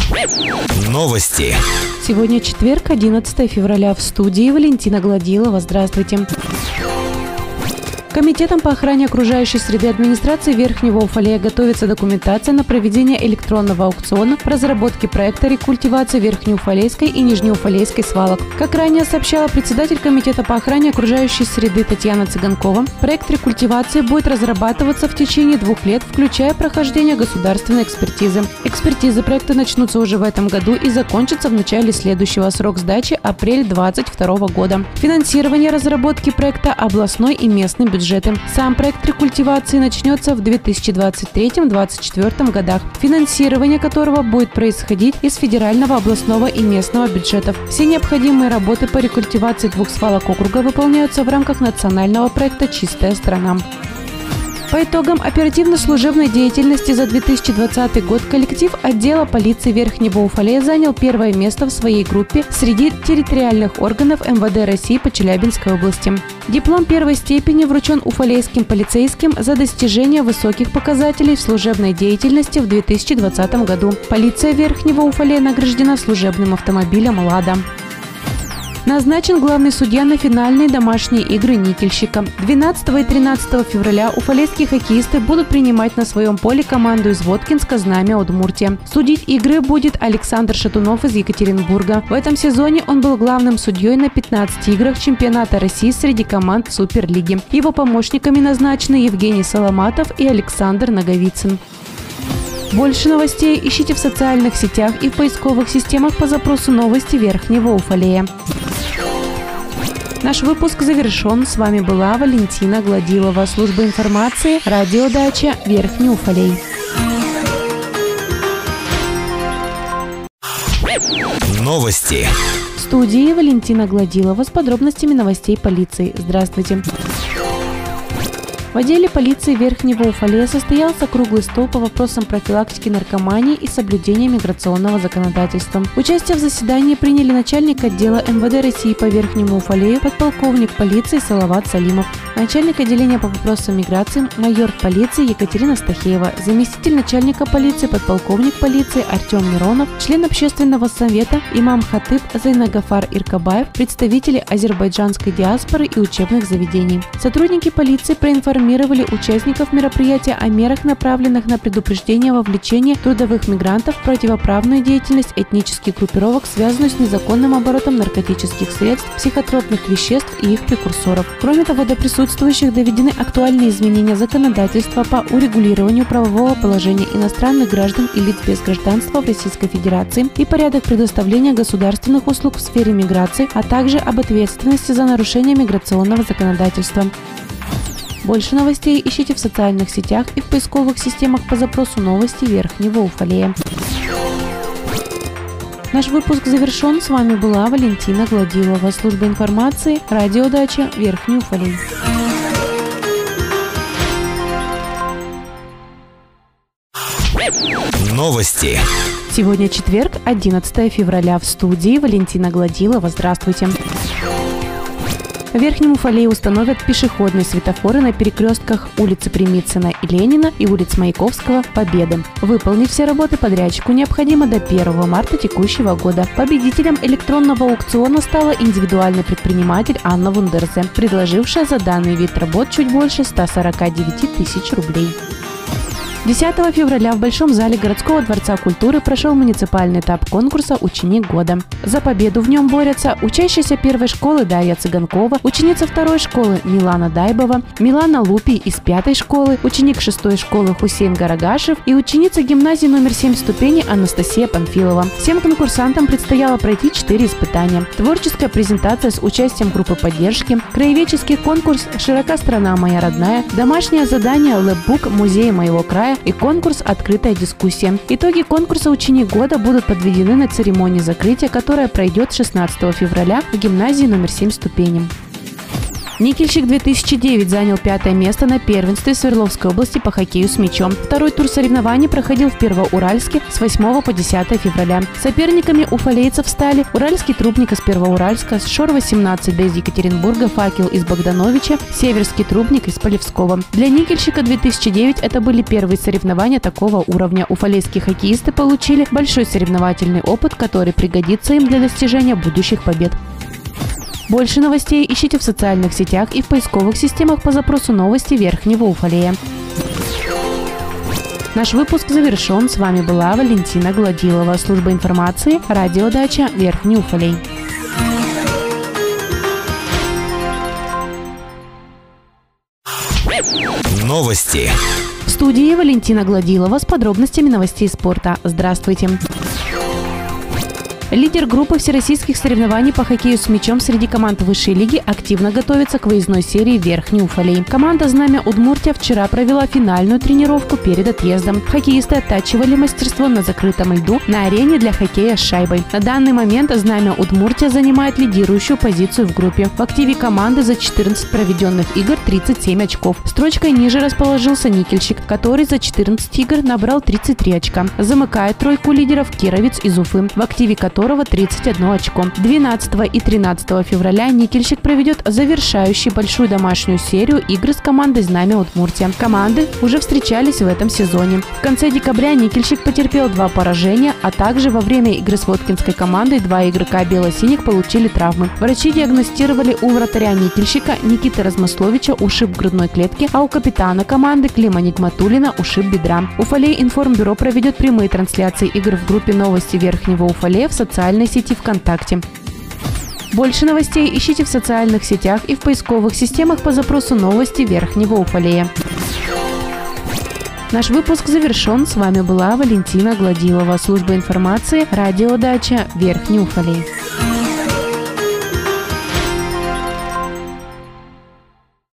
Новости. Сегодня четверг, 11 февраля. В студии Валентина Гладилова. Здравствуйте. Комитетом по охране окружающей среды администрации Верхнего Уфалея готовится документация на проведение электронного аукциона по разработке проекта рекультивации Верхнеуфалейской и Нижнеуфалейской свалок. Как ранее сообщала председатель Комитета по охране окружающей среды Татьяна Цыганкова, проект рекультивации будет разрабатываться в течение 2 лет, включая прохождение государственной экспертизы. Экспертизы проекта начнутся уже в этом году и закончатся в начале следующего. Срок сдачи – апрель 2022 года. Финансирование разработки проекта – областной и местный бюджет. Сам проект рекультивации начнется в 2023-2024 годах, финансирование которого будет происходить из федерального, областного и местного бюджетов. Все необходимые работы по рекультивации 2 свалок округа выполняются в рамках национального проекта «Чистая страна». По итогам оперативно-служебной деятельности за 2020 год коллектив отдела полиции Верхнего Уфалея занял 1-е место в своей группе среди территориальных органов МВД России по Челябинской области. Диплом 1-й степени вручен уфалейским полицейским за достижение высоких показателей в служебной деятельности в 2020 году. Полиция Верхнего Уфалея награждена служебным автомобилем «Лада». Назначен главный судья на финальные домашние игры «Никельщика». 12 и 13 февраля уфалейские хоккеисты будут принимать на своем поле команду из Воткинска «Знамя Удмуртия». Судить игры будет Александр Шатунов из Екатеринбурга. В этом сезоне он был главным судьей на 15 играх чемпионата России среди команд Суперлиги. Его помощниками назначены Евгений Соломатов и Александр Наговицын. Больше новостей ищите в социальных сетях и в поисковых системах по запросу «Новости Верхнего Уфалея». Наш выпуск завершен. С вами была Валентина Гладилова. Служба информации, радиодача Верхний Уфалей. Новости. В студии Валентина Гладилова с подробностями новостей полиции. Здравствуйте. В отделе полиции Верхнего Уфалея состоялся круглый стол по вопросам профилактики наркомании и соблюдения миграционного законодательства. Участие в заседании приняли начальник отдела МВД России по Верхнему Уфалею, подполковник полиции Салават Салимов, начальник отделения по вопросам миграции, майор полиции Екатерина Стахеева, заместитель начальника полиции, подполковник полиции Артем Миронов, член общественного совета имам Хатыб Зайнагафар Иркабаев, представители азербайджанской диаспоры и учебных заведений. Сотрудники полиции проинформировали участников мероприятия о мерах, направленных на предупреждение вовлечения трудовых мигрантов в противоправную деятельность этнических группировок, связанную с незаконным оборотом наркотических средств, психотропных веществ и их прекурсоров. Кроме того, до присутствующих доведены актуальные изменения законодательства по урегулированию правового положения иностранных граждан и лиц без гражданства в Российской Федерации и порядок предоставления государственных услуг в сфере миграции, а также об ответственности за нарушение миграционного законодательства. Больше новостей ищите в социальных сетях и в поисковых системах по запросу «Новости Верхнего Уфалея». Наш выпуск завершен. С вами была Валентина Гладилова. Служба информации, радиодача Верхний Уфалей. Новости. Сегодня четверг, 11 февраля. В студии Валентина Гладилова. Здравствуйте. В Верхнем Уфалее установят пешеходные светофоры на перекрестках улицы Примицына и Ленина и улиц Маяковского Победы. Выполнить все работы подрядчику необходимо до 1 марта текущего года. Победителем электронного аукциона стала индивидуальный предприниматель Анна Вундерзе, предложившая за данный вид работ чуть больше 149 тысяч рублей. 10 февраля в Большом зале городского дворца культуры прошел муниципальный этап конкурса «Ученик года». За победу в нем борются учащаяся 1-й школы Дарья Цыганкова, ученица 2-й школы Милана Дайбова, Милана Лупи из 5-й школы, ученик 6-й школы Хусейн Гарагашев и ученица гимназии номер 7 ступени Анастасия Панфилова. Всем конкурсантам предстояло пройти 4 испытания. Творческая презентация с участием группы поддержки, краеведческий конкурс «Широка страна моя родная», домашнее задание «Лэпбук музея моего края» и конкурс «Открытая дискуссия». Итоги конкурса «Ученик года» будут подведены на церемонии закрытия, которая пройдет 16 февраля в гимназии номер 7 ступени. Никельщик 2009 занял 5-е место на первенстве Свердловской области по хоккею с мячом. Второй тур соревнований проходил в Первоуральске с 8 по 10 февраля. Соперниками уфалейцев стали Уральский Трубник из Первоуральска, Шор-18 из Екатеринбурга, Факел из Богдановича, Северский Трубник из Полевского. Для Никельщика 2009 это были первые соревнования такого уровня. Уфалейские хоккеисты получили большой соревновательный опыт, который пригодится им для достижения будущих побед. Больше новостей ищите в социальных сетях и в поисковых системах по запросу «Новости Верхнего Уфалея». Наш выпуск завершен. С вами была Валентина Гладилова. Служба информации. Радиодача Верхний Уфалей. Новости. В студии Валентина Гладилова с подробностями новостей спорта. Здравствуйте. Лидер группы всероссийских соревнований по хоккею с мячом среди команд высшей лиги активно готовится к выездной серии Верхний Уфалей. Команда «Знамя Удмуртия» вчера провела финальную тренировку перед отъездом. Хоккеисты оттачивали мастерство на закрытом льду на арене для хоккея с шайбой. На данный момент «Знамя Удмуртия» занимает лидирующую позицию в группе. В активе команды за 14 проведенных игр 37 очков. Строчкой ниже расположился Никельщик, который за 14 игр набрал 33 очка. Замыкает тройку лидеров Кировец из Уфы, в активе которого 31 очко. 12 и 13 февраля Никельщик проведет завершающую большую домашнюю серию игр с командой «Знамя Удмуртия». Команды уже встречались в этом сезоне. В конце декабря Никельщик потерпел 2 поражения, а также во время игры с Воткинской командой 2 игрока бело-синих получили травмы. Врачи диагностировали у вратаря Никельщика Никиты Размысловича ушиб грудной клетки, а у капитана команды Клима Нигматуллина ушиб бедра. Уфалей информбюро проведет прямые трансляции игр в группе «Новости Верхнего Уфалея» в социальной сети ВКонтакте. Больше новостей ищите в социальных сетях и в поисковых системах по запросу «Новости Верхнего Уфалея». Наш выпуск завершен. С вами была Валентина Гладилова. Служба информации. Радиодача Верхний Уфалей.